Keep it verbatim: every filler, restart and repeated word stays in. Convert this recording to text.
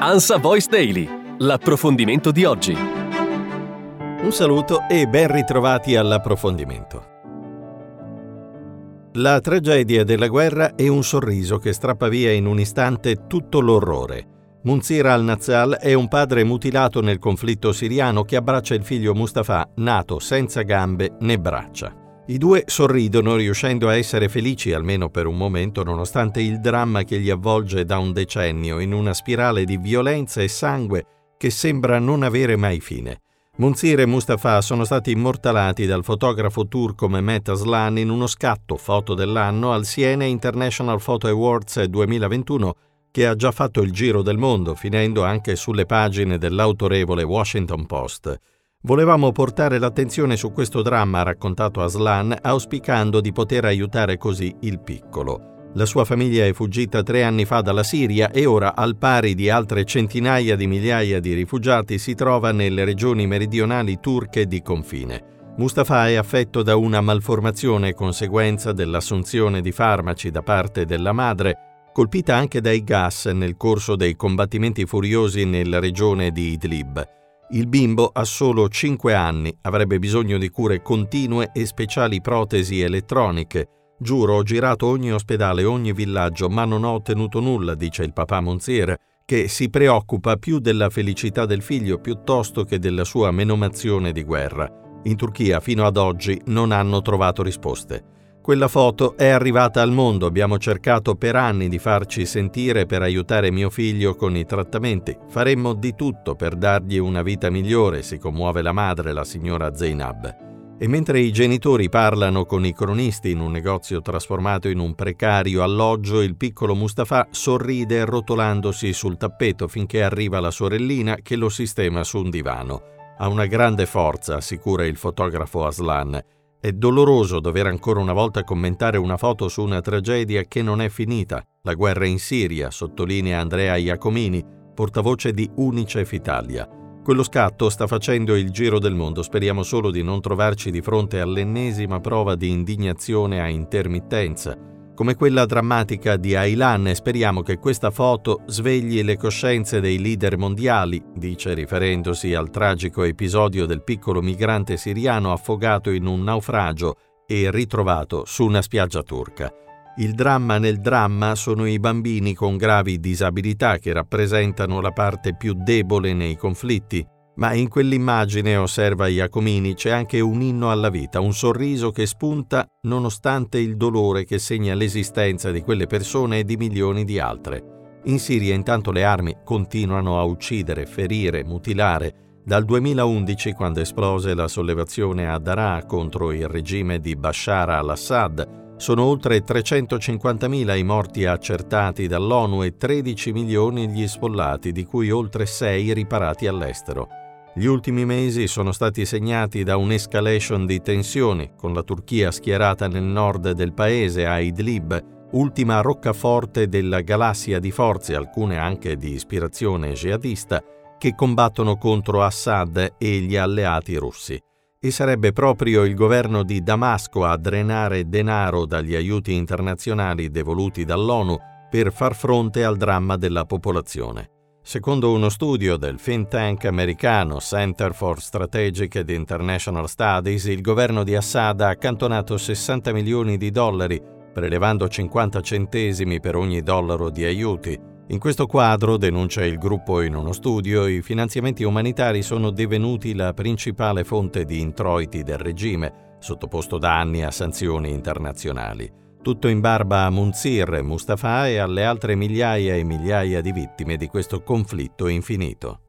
ANSA Voice Daily, l'approfondimento di oggi. Un saluto e ben ritrovati all'approfondimento. La tragedia della guerra è un sorriso che strappa via in un istante tutto l'orrore. Munzir al-Nazzal è un padre mutilato nel conflitto siriano che abbraccia il figlio Mustafa, nato senza gambe né braccia. I due sorridono, riuscendo a essere felici almeno per un momento, nonostante il dramma che li avvolge da un decennio in una spirale di violenza e sangue che sembra non avere mai fine. Munzir e Mustafa sono stati immortalati dal fotografo turco Mehmet Aslan in uno scatto foto dell'anno al Siena International Photo Awards duemilaventuno, che ha già fatto il giro del mondo, finendo anche sulle pagine dell'autorevole Washington Post. Volevamo portare l'attenzione su questo dramma, ha raccontato Aslan, auspicando di poter aiutare così il piccolo. La sua famiglia è fuggita tre anni fa dalla Siria e ora, al pari di altre centinaia di migliaia di rifugiati, si trova nelle regioni meridionali turche di confine. Mustafa è affetto da una malformazione conseguenza dell'assunzione di farmaci da parte della madre, colpita anche dai gas nel corso dei combattimenti furiosi nella regione di Idlib. Il bimbo ha solo cinque anni, avrebbe bisogno di cure continue e speciali protesi elettroniche. Giuro, ho girato ogni ospedale, ogni villaggio, ma non ho ottenuto nulla, dice il papà Munzir, che si preoccupa più della felicità del figlio piuttosto che della sua menomazione di guerra. In Turchia, fino ad oggi, non hanno trovato risposte. Quella foto è arrivata al mondo, abbiamo cercato per anni di farci sentire per aiutare mio figlio con i trattamenti. Faremmo di tutto per dargli una vita migliore, si commuove la madre, la signora Zeynab. E mentre i genitori parlano con i cronisti in un negozio trasformato in un precario alloggio, il piccolo Mustafa sorride rotolandosi sul tappeto finché arriva la sorellina che lo sistema su un divano. Ha una grande forza, assicura il fotografo Aslan. È doloroso dover ancora una volta commentare una foto su una tragedia che non è finita. La guerra in Siria, sottolinea Andrea Iacomini, portavoce di Unicef Italia. Quello scatto sta facendo il giro del mondo. Speriamo solo di non trovarci di fronte all'ennesima prova di indignazione a intermittenza, come quella drammatica di Aylan, e speriamo che questa foto svegli le coscienze dei leader mondiali, dice riferendosi al tragico episodio del piccolo migrante siriano affogato in un naufragio e ritrovato su una spiaggia turca. Il dramma nel dramma sono i bambini con gravi disabilità che rappresentano la parte più debole nei conflitti. Ma in quell'immagine, osserva Iacomini, c'è anche un inno alla vita, un sorriso che spunta nonostante il dolore che segna l'esistenza di quelle persone e di milioni di altre. In Siria intanto le armi continuano a uccidere, ferire, mutilare. Dal duemilaundici, quando esplose la sollevazione a Daraa contro il regime di Bashar al-Assad, sono oltre trecentocinquantamila i morti accertati dall'ONU e tredici milioni gli sfollati, di cui oltre sei riparati all'estero. Gli ultimi mesi sono stati segnati da un'escalation di tensioni, con la Turchia schierata nel nord del paese, a Idlib, ultima roccaforte della galassia di forze, alcune anche di ispirazione jihadista, che combattono contro Assad e gli alleati russi. E sarebbe proprio il governo di Damasco a drenare denaro dagli aiuti internazionali devoluti dall'ONU per far fronte al dramma della popolazione. Secondo uno studio del think tank americano Center for Strategic and International Studies, il governo di Assad ha accantonato sessanta milioni di dollari, prelevando cinquanta centesimi per ogni dollaro di aiuti. In questo quadro, denuncia il gruppo in uno studio, i finanziamenti umanitari sono divenuti la principale fonte di introiti del regime, sottoposto da anni a sanzioni internazionali. Tutto in barba a Munzir, Mustafa e alle altre migliaia e migliaia di vittime di questo conflitto infinito.